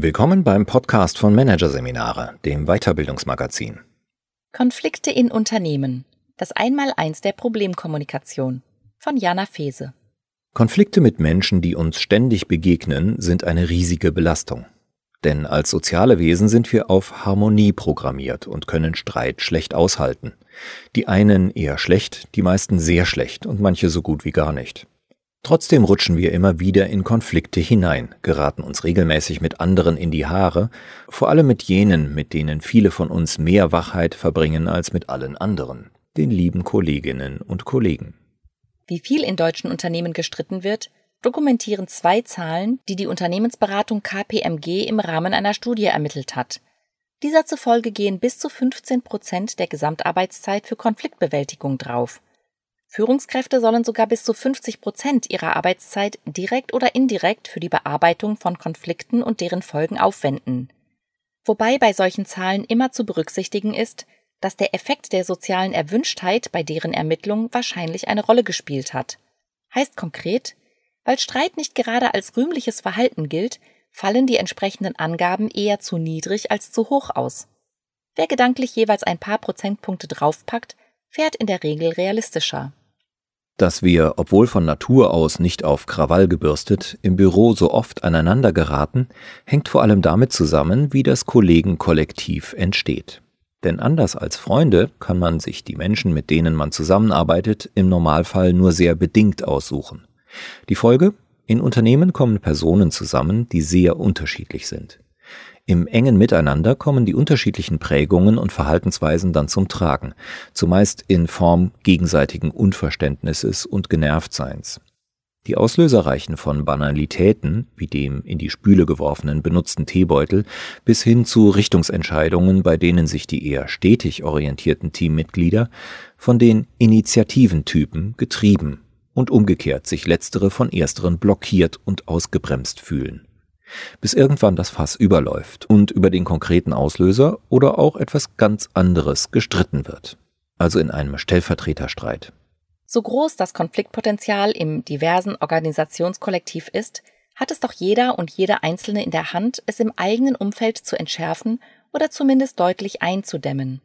Willkommen beim Podcast von Managerseminare, dem Weiterbildungsmagazin. Konflikte in Unternehmen. Das Einmaleins der Problemkommunikation von Jana Fehse. Konflikte mit Menschen, die uns ständig begegnen, sind eine riesige Belastung. Denn als soziale Wesen sind wir auf Harmonie programmiert und können Streit schlecht aushalten. Die einen eher schlecht, die meisten sehr schlecht und manche so gut wie gar nicht. Trotzdem rutschen wir immer wieder in Konflikte hinein, geraten uns regelmäßig mit anderen in die Haare, vor allem mit jenen, mit denen viele von uns mehr Wachheit verbringen als mit allen anderen, den lieben Kolleginnen und Kollegen. Wie viel in deutschen Unternehmen gestritten wird, dokumentieren 2 Zahlen, die die Unternehmensberatung KPMG im Rahmen einer Studie ermittelt hat. Dieser zufolge gehen bis zu 15% der Gesamtarbeitszeit für Konfliktbewältigung drauf. Führungskräfte sollen sogar bis zu 50% ihrer Arbeitszeit direkt oder indirekt für die Bearbeitung von Konflikten und deren Folgen aufwenden. Wobei bei solchen Zahlen immer zu berücksichtigen ist, dass der Effekt der sozialen Erwünschtheit bei deren Ermittlung wahrscheinlich eine Rolle gespielt hat. Heißt konkret, weil Streit nicht gerade als rühmliches Verhalten gilt, fallen die entsprechenden Angaben eher zu niedrig als zu hoch aus. Wer gedanklich jeweils ein paar Prozentpunkte draufpackt, fährt in der Regel realistischer. Dass wir, obwohl von Natur aus nicht auf Krawall gebürstet, im Büro so oft aneinander geraten, hängt vor allem damit zusammen, wie das Kollegenkollektiv entsteht. Denn anders als Freunde kann man sich die Menschen, mit denen man zusammenarbeitet, im Normalfall nur sehr bedingt aussuchen. Die Folge? In Unternehmen kommen Personen zusammen, die sehr unterschiedlich sind. Im engen Miteinander kommen die unterschiedlichen Prägungen und Verhaltensweisen dann zum Tragen, zumeist in Form gegenseitigen Unverständnisses und Genervtseins. Die Auslöser reichen von Banalitäten, wie dem in die Spüle geworfenen benutzten Teebeutel, bis hin zu Richtungsentscheidungen, bei denen sich die eher stetig orientierten Teammitglieder von den Initiativentypen getrieben und umgekehrt sich letztere von ersteren blockiert und ausgebremst fühlen. Bis irgendwann das Fass überläuft und über den konkreten Auslöser oder auch etwas ganz anderes gestritten wird. Also in einem Stellvertreterstreit. So groß das Konfliktpotenzial im diversen Organisationskollektiv ist, hat es doch jeder und jede Einzelne in der Hand, es im eigenen Umfeld zu entschärfen oder zumindest deutlich einzudämmen.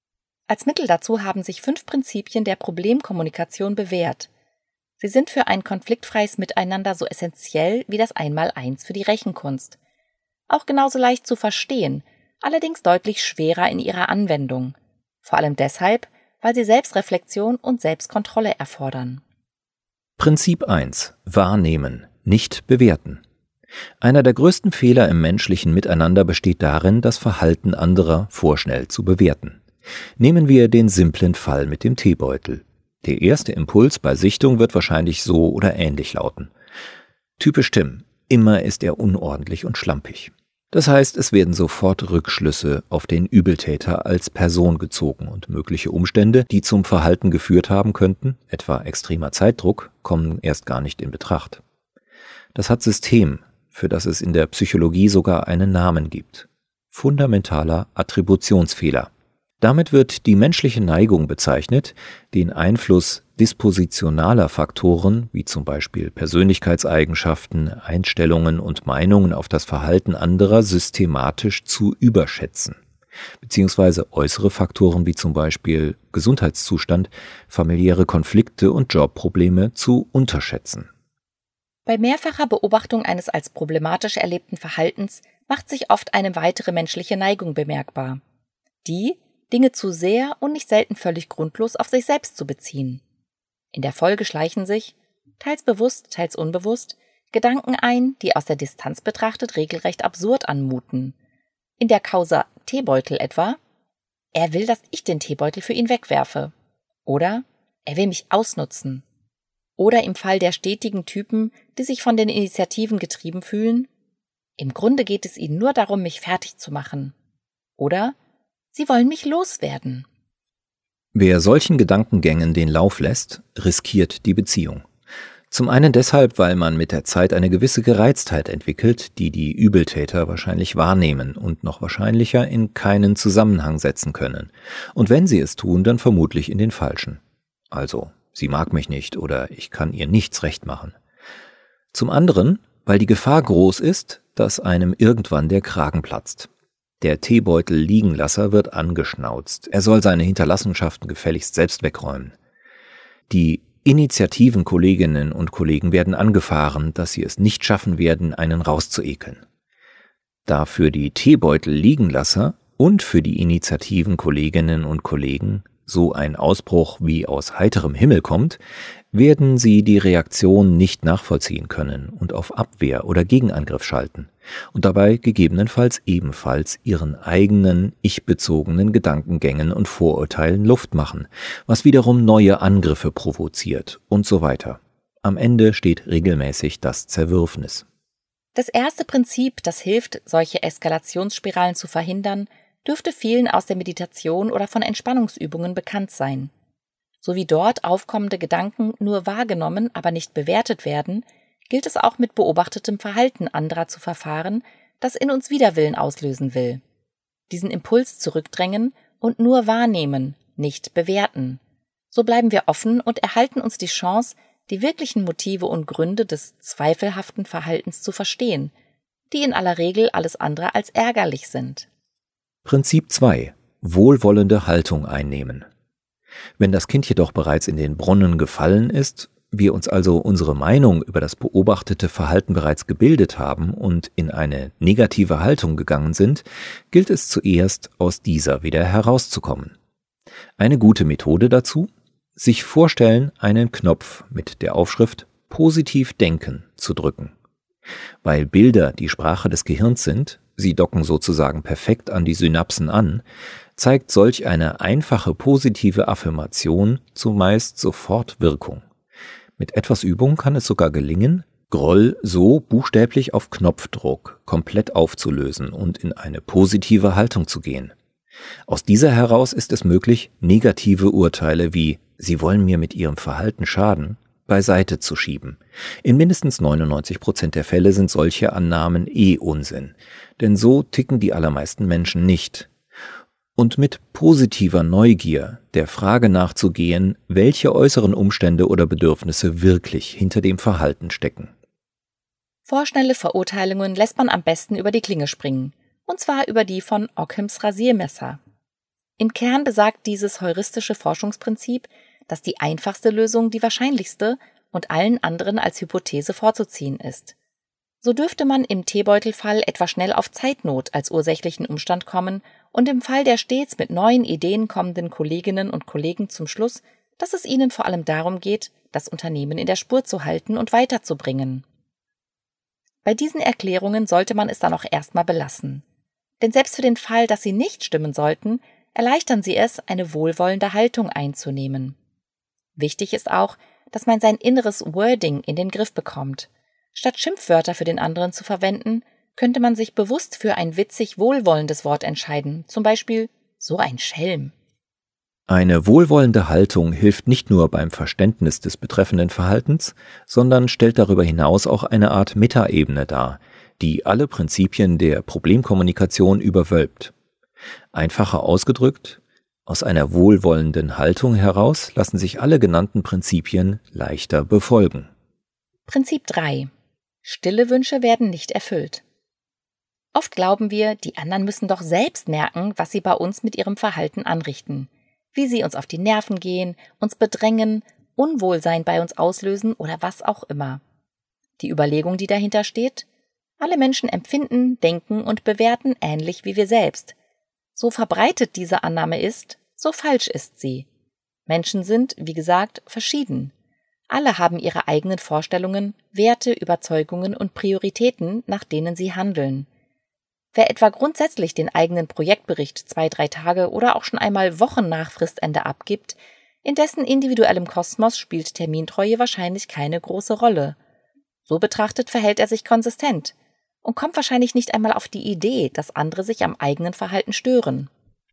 Als Mittel dazu haben sich 5 Prinzipien der Problemkommunikation bewährt. Sie sind für ein konfliktfreies Miteinander so essentiell wie das Einmaleins für die Rechenkunst. Auch genauso leicht zu verstehen, allerdings deutlich schwerer in ihrer Anwendung. Vor allem deshalb, weil sie Selbstreflexion und Selbstkontrolle erfordern. Prinzip 1. Wahrnehmen, nicht bewerten. Einer der größten Fehler im menschlichen Miteinander besteht darin, das Verhalten anderer vorschnell zu bewerten. Nehmen wir den simplen Fall mit dem Teebeutel. Der erste Impuls bei Sichtung wird wahrscheinlich so oder ähnlich lauten. Typisch Tim, immer ist er unordentlich und schlampig. Das heißt, es werden sofort Rückschlüsse auf den Übeltäter als Person gezogen und mögliche Umstände, die zum Verhalten geführt haben könnten, etwa extremer Zeitdruck, kommen erst gar nicht in Betracht. Das hat System, für das es in der Psychologie sogar einen Namen gibt. Fundamentaler Attributionsfehler. Damit wird die menschliche Neigung bezeichnet, den Einfluss dispositionaler Faktoren, wie zum Beispiel Persönlichkeitseigenschaften, Einstellungen und Meinungen auf das Verhalten anderer systematisch zu überschätzen, beziehungsweise äußere Faktoren wie zum Beispiel Gesundheitszustand, familiäre Konflikte und Jobprobleme zu unterschätzen. Bei mehrfacher Beobachtung eines als problematisch erlebten Verhaltens macht sich oft eine weitere menschliche Neigung bemerkbar. Die, Dinge zu sehr und nicht selten völlig grundlos auf sich selbst zu beziehen. In der Folge schleichen sich, teils bewusst, teils unbewusst, Gedanken ein, die aus der Distanz betrachtet regelrecht absurd anmuten. In der Causa Teebeutel etwa: Er will, dass ich den Teebeutel für ihn wegwerfe. Oder er will mich ausnutzen. Oder im Fall der stetigen Typen, die sich von den Initiativen getrieben fühlen: Im Grunde geht es ihnen nur darum, mich fertig zu machen. Oder sie wollen mich loswerden. Wer solchen Gedankengängen den Lauf lässt, riskiert die Beziehung. Zum einen deshalb, weil man mit der Zeit eine gewisse Gereiztheit entwickelt, die die Übeltäter wahrscheinlich wahrnehmen und noch wahrscheinlicher in keinen Zusammenhang setzen können. Und wenn sie es tun, dann vermutlich in den falschen. Also, sie mag mich nicht oder ich kann ihr nichts recht machen. Zum anderen, weil die Gefahr groß ist, dass einem irgendwann der Kragen platzt. Der Teebeutel-Liegenlasser wird angeschnauzt. Er soll seine Hinterlassenschaften gefälligst selbst wegräumen. Die initiativen Kolleginnen und Kollegen werden angefahren, dass sie es nicht schaffen werden, einen rauszuekeln. Da für die Teebeutel-Liegenlasser und für die initiativen Kolleginnen und Kollegen so ein Ausbruch wie aus heiterem Himmel kommt, werden sie die Reaktion nicht nachvollziehen können und auf Abwehr oder Gegenangriff schalten und dabei gegebenenfalls ebenfalls ihren eigenen ich-bezogenen Gedankengängen und Vorurteilen Luft machen, was wiederum neue Angriffe provoziert und so weiter. Am Ende steht regelmäßig das Zerwürfnis. Das erste Prinzip, das hilft, solche Eskalationsspiralen zu verhindern, dürfte vielen aus der Meditation oder von Entspannungsübungen bekannt sein. So wie dort aufkommende Gedanken nur wahrgenommen, aber nicht bewertet werden, gilt es auch mit beobachtetem Verhalten anderer zu verfahren, das in uns Widerwillen auslösen will. Diesen Impuls zurückdrängen und nur wahrnehmen, nicht bewerten. So bleiben wir offen und erhalten uns die Chance, die wirklichen Motive und Gründe des zweifelhaften Verhaltens zu verstehen, die in aller Regel alles andere als ärgerlich sind. Prinzip 2. Wohlwollende Haltung einnehmen. Wenn das Kind jedoch bereits in den Brunnen gefallen ist, wir uns also unsere Meinung über das beobachtete Verhalten bereits gebildet haben und in eine negative Haltung gegangen sind, gilt es zuerst, aus dieser wieder herauszukommen. Eine gute Methode dazu? Sich vorstellen, einen Knopf mit der Aufschrift Positiv denken zu drücken. Weil Bilder die Sprache des Gehirns sind, sie docken sozusagen perfekt an die Synapsen an, zeigt solch eine einfache positive Affirmation zumeist sofort Wirkung. Mit etwas Übung kann es sogar gelingen, Groll so buchstäblich auf Knopfdruck komplett aufzulösen und in eine positive Haltung zu gehen. Aus dieser heraus ist es möglich, negative Urteile wie »Sie wollen mir mit Ihrem Verhalten schaden« beiseite zu schieben. In mindestens 99% der Fälle sind solche Annahmen Unsinn, denn so ticken die allermeisten Menschen nicht. Und mit positiver Neugier der Frage nachzugehen, welche äußeren Umstände oder Bedürfnisse wirklich hinter dem Verhalten stecken. Vorschnelle Verurteilungen lässt man am besten über die Klinge springen, und zwar über die von Ockhams Rasiermesser. Im Kern besagt dieses heuristische Forschungsprinzip, dass die einfachste Lösung die wahrscheinlichste und allen anderen als Hypothese vorzuziehen ist. So dürfte man im Teebeutelfall etwa schnell auf Zeitnot als ursächlichen Umstand kommen und im Fall der stets mit neuen Ideen kommenden Kolleginnen und Kollegen zum Schluss, dass es ihnen vor allem darum geht, das Unternehmen in der Spur zu halten und weiterzubringen. Bei diesen Erklärungen sollte man es dann auch erstmal belassen. Denn selbst für den Fall, dass sie nicht stimmen sollten, erleichtern sie es, eine wohlwollende Haltung einzunehmen. Wichtig ist auch, dass man sein inneres Wording in den Griff bekommt. Statt Schimpfwörter für den anderen zu verwenden, könnte man sich bewusst für ein witzig wohlwollendes Wort entscheiden, zum Beispiel »so ein Schelm«. Eine wohlwollende Haltung hilft nicht nur beim Verständnis des betreffenden Verhaltens, sondern stellt darüber hinaus auch eine Art Metaebene dar, die alle Prinzipien der Problemkommunikation überwölbt. Einfacher ausgedrückt, aus einer wohlwollenden Haltung heraus lassen sich alle genannten Prinzipien leichter befolgen. Prinzip 3. Stille Wünsche werden nicht erfüllt. Oft glauben wir, die anderen müssen doch selbst merken, was sie bei uns mit ihrem Verhalten anrichten. Wie sie uns auf die Nerven gehen, uns bedrängen, Unwohlsein bei uns auslösen oder was auch immer. Die Überlegung, die dahinter steht? Alle Menschen empfinden, denken und bewerten ähnlich wie wir selbst. So verbreitet diese Annahme ist, so falsch ist sie. Menschen sind, wie gesagt, verschieden. Alle haben ihre eigenen Vorstellungen, Werte, Überzeugungen und Prioritäten, nach denen sie handeln. Wer etwa grundsätzlich den eigenen Projektbericht 2-3 Tage oder auch schon einmal Wochen nach Fristende abgibt, in dessen individuellem Kosmos spielt Termintreue wahrscheinlich keine große Rolle. So betrachtet verhält er sich konsistent und kommt wahrscheinlich nicht einmal auf die Idee, dass andere sich am eigenen Verhalten stören.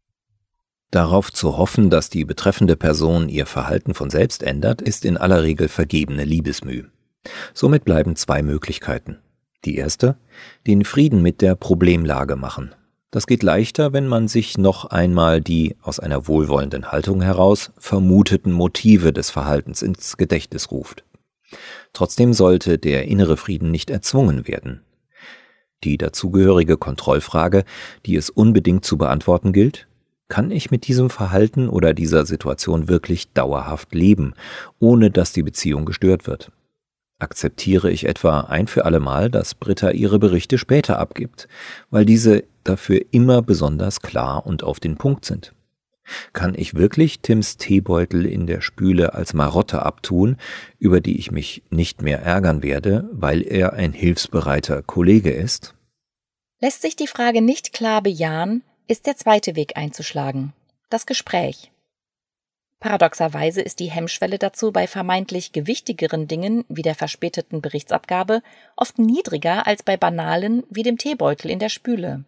Darauf zu hoffen, dass die betreffende Person ihr Verhalten von selbst ändert, ist in aller Regel vergebene Liebesmüh. Somit bleiben zwei Möglichkeiten. Die erste, den Frieden mit der Problemlage machen. Das geht leichter, wenn man sich noch einmal die aus einer wohlwollenden Haltung heraus vermuteten Motive des Verhaltens ins Gedächtnis ruft. Trotzdem sollte der innere Frieden nicht erzwungen werden. Die dazugehörige Kontrollfrage, die es unbedingt zu beantworten gilt: Kann ich mit diesem Verhalten oder dieser Situation wirklich dauerhaft leben, ohne dass die Beziehung gestört wird? Akzeptiere ich etwa ein für alle Mal, dass Britta ihre Berichte später abgibt, weil diese dafür immer besonders klar und auf den Punkt sind? Kann ich wirklich Tims Teebeutel in der Spüle als Marotte abtun, über die ich mich nicht mehr ärgern werde, weil er ein hilfsbereiter Kollege ist? Lässt sich die Frage nicht klar bejahen, ist der zweite Weg einzuschlagen: das Gespräch. Paradoxerweise ist die Hemmschwelle dazu bei vermeintlich gewichtigeren Dingen wie der verspäteten Berichtsabgabe oft niedriger als bei banalen wie dem Teebeutel in der Spüle.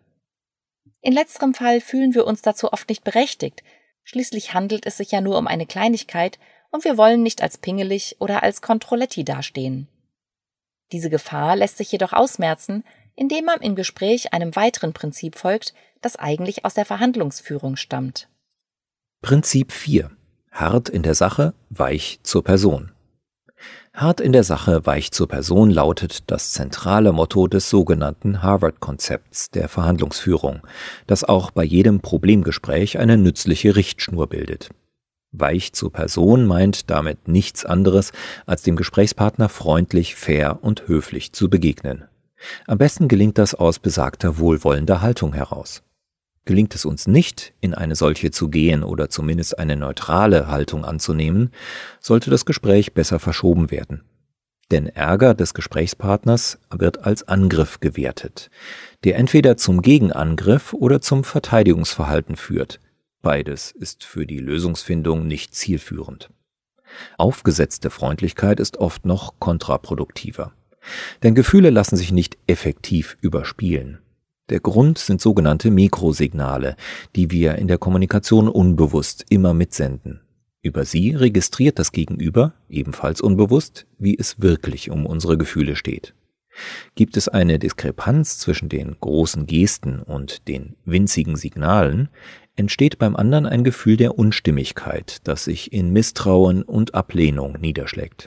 In letzterem Fall fühlen wir uns dazu oft nicht berechtigt, schließlich handelt es sich ja nur um eine Kleinigkeit und wir wollen nicht als pingelig oder als Controletti dastehen. Diese Gefahr lässt sich jedoch ausmerzen, indem man im Gespräch einem weiteren Prinzip folgt, das eigentlich aus der Verhandlungsführung stammt. Prinzip 4. Hart in der Sache, weich zur Person. Hart in der Sache, weich zur Person lautet das zentrale Motto des sogenannten Harvard-Konzepts der Verhandlungsführung, das auch bei jedem Problemgespräch eine nützliche Richtschnur bildet. Weich zur Person meint damit nichts anderes, als dem Gesprächspartner freundlich, fair und höflich zu begegnen. Am besten gelingt das aus besagter wohlwollender Haltung heraus. Gelingt es uns nicht, in eine solche zu gehen oder zumindest eine neutrale Haltung anzunehmen, sollte das Gespräch besser verschoben werden. Denn Ärger des Gesprächspartners wird als Angriff gewertet, der entweder zum Gegenangriff oder zum Verteidigungsverhalten führt. Beides ist für die Lösungsfindung nicht zielführend. Aufgesetzte Freundlichkeit ist oft noch kontraproduktiver. Denn Gefühle lassen sich nicht effektiv überspielen. Der Grund sind sogenannte Mikrosignale, die wir in der Kommunikation unbewusst immer mitsenden. Über sie registriert das Gegenüber, ebenfalls unbewusst, wie es wirklich um unsere Gefühle steht. Gibt es eine Diskrepanz zwischen den großen Gesten und den winzigen Signalen, entsteht beim anderen ein Gefühl der Unstimmigkeit, das sich in Misstrauen und Ablehnung niederschlägt.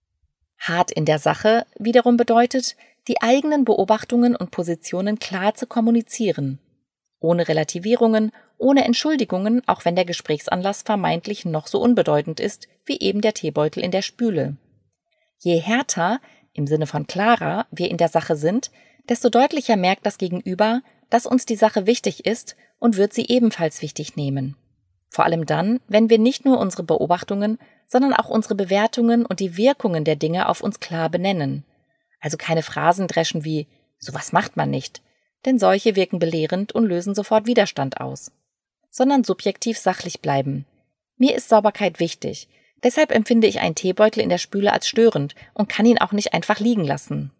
Hart in der Sache wiederum bedeutet, die eigenen Beobachtungen und Positionen klar zu kommunizieren. Ohne Relativierungen, ohne Entschuldigungen, auch wenn der Gesprächsanlass vermeintlich noch so unbedeutend ist, wie eben der Teebeutel in der Spüle. Je härter, im Sinne von klarer, wir in der Sache sind, desto deutlicher merkt das Gegenüber, dass uns die Sache wichtig ist und wird sie ebenfalls wichtig nehmen. Vor allem dann, wenn wir nicht nur unsere Beobachtungen, sondern auch unsere Bewertungen und die Wirkungen der Dinge auf uns klar benennen. Also keine Phrasen dreschen wie „sowas macht man nicht“, denn solche wirken belehrend und lösen sofort Widerstand aus. Sondern subjektiv sachlich bleiben. Mir ist Sauberkeit wichtig, deshalb empfinde ich einen Teebeutel in der Spüle als störend und kann ihn auch nicht einfach liegen lassen.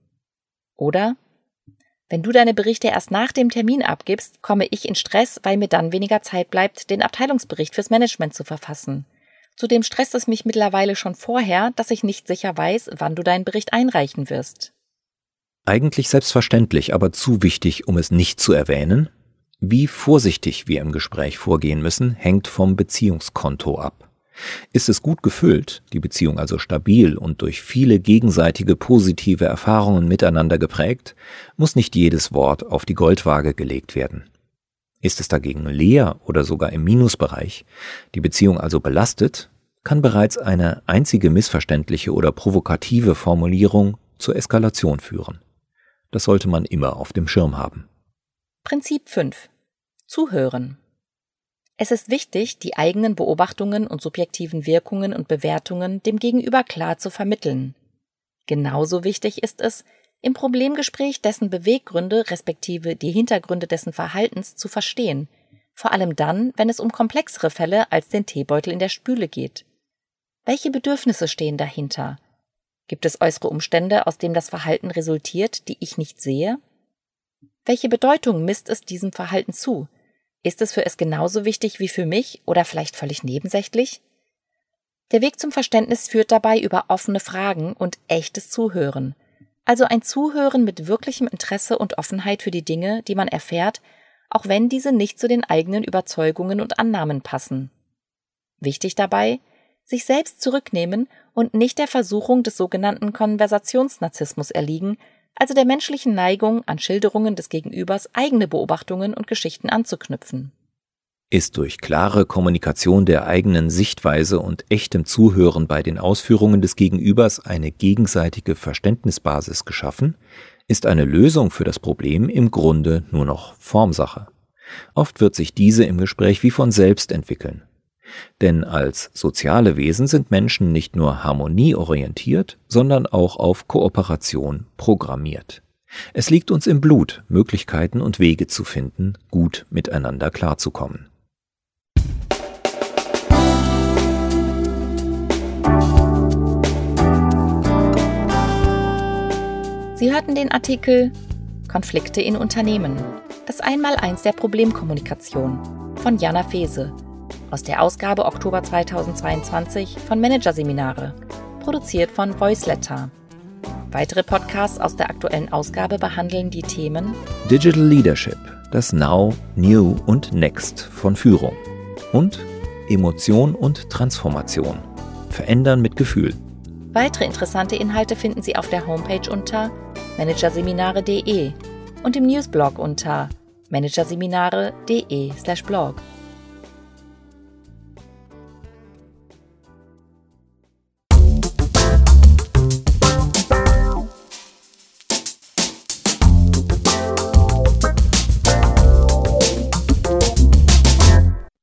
Oder: Wenn du deine Berichte erst nach dem Termin abgibst, komme ich in Stress, weil mir dann weniger Zeit bleibt, den Abteilungsbericht fürs Management zu verfassen. Zudem stresst es mich mittlerweile schon vorher, dass ich nicht sicher weiß, wann du deinen Bericht einreichen wirst. Eigentlich selbstverständlich, aber zu wichtig, um es nicht zu erwähnen: Wie vorsichtig wir im Gespräch vorgehen müssen, hängt vom Beziehungskonto ab. Ist es gut gefüllt, die Beziehung also stabil und durch viele gegenseitige positive Erfahrungen miteinander geprägt, muss nicht jedes Wort auf die Goldwaage gelegt werden. Ist es dagegen leer oder sogar im Minusbereich, die Beziehung also belastet, kann bereits eine einzige missverständliche oder provokative Formulierung zur Eskalation führen. Das sollte man immer auf dem Schirm haben. Prinzip 5. Zuhören. Es ist wichtig, die eigenen Beobachtungen und subjektiven Wirkungen und Bewertungen dem Gegenüber klar zu vermitteln. Genauso wichtig ist es, im Problemgespräch dessen Beweggründe respektive die Hintergründe dessen Verhaltens zu verstehen, vor allem dann, wenn es um komplexere Fälle als den Teebeutel in der Spüle geht. Welche Bedürfnisse stehen dahinter? Gibt es äußere Umstände, aus denen das Verhalten resultiert, die ich nicht sehe? Welche Bedeutung misst es diesem Verhalten zu? Ist es für es genauso wichtig wie für mich oder vielleicht völlig nebensächlich? Der Weg zum Verständnis führt dabei über offene Fragen und echtes Zuhören. Also ein Zuhören mit wirklichem Interesse und Offenheit für die Dinge, die man erfährt, auch wenn diese nicht zu den eigenen Überzeugungen und Annahmen passen. Wichtig dabei: sich selbst zurücknehmen und nicht der Versuchung des sogenannten Konversationsnarzissmus erliegen, also der menschlichen Neigung, an Schilderungen des Gegenübers eigene Beobachtungen und Geschichten anzuknüpfen. Ist durch klare Kommunikation der eigenen Sichtweise und echtem Zuhören bei den Ausführungen des Gegenübers eine gegenseitige Verständnisbasis geschaffen, ist eine Lösung für das Problem im Grunde nur noch Formsache. Oft wird sich diese im Gespräch wie von selbst entwickeln. Denn als soziale Wesen sind Menschen nicht nur harmonieorientiert, sondern auch auf Kooperation programmiert. Es liegt uns im Blut, Möglichkeiten und Wege zu finden, gut miteinander klarzukommen. Sie hörten den Artikel Konflikte in Unternehmen. Das Einmaleins der Problemkommunikation von Jana Fehse aus der Ausgabe Oktober 2022 von Managerseminare, produziert von Voiceletter. Weitere Podcasts aus der aktuellen Ausgabe behandeln die Themen Digital Leadership, das Now, New und Next von Führung und Emotion und Transformation, Verändern mit Gefühl. Weitere interessante Inhalte finden Sie auf der Homepage unter managerseminare.de und im Newsblog unter managerseminare.de/blog.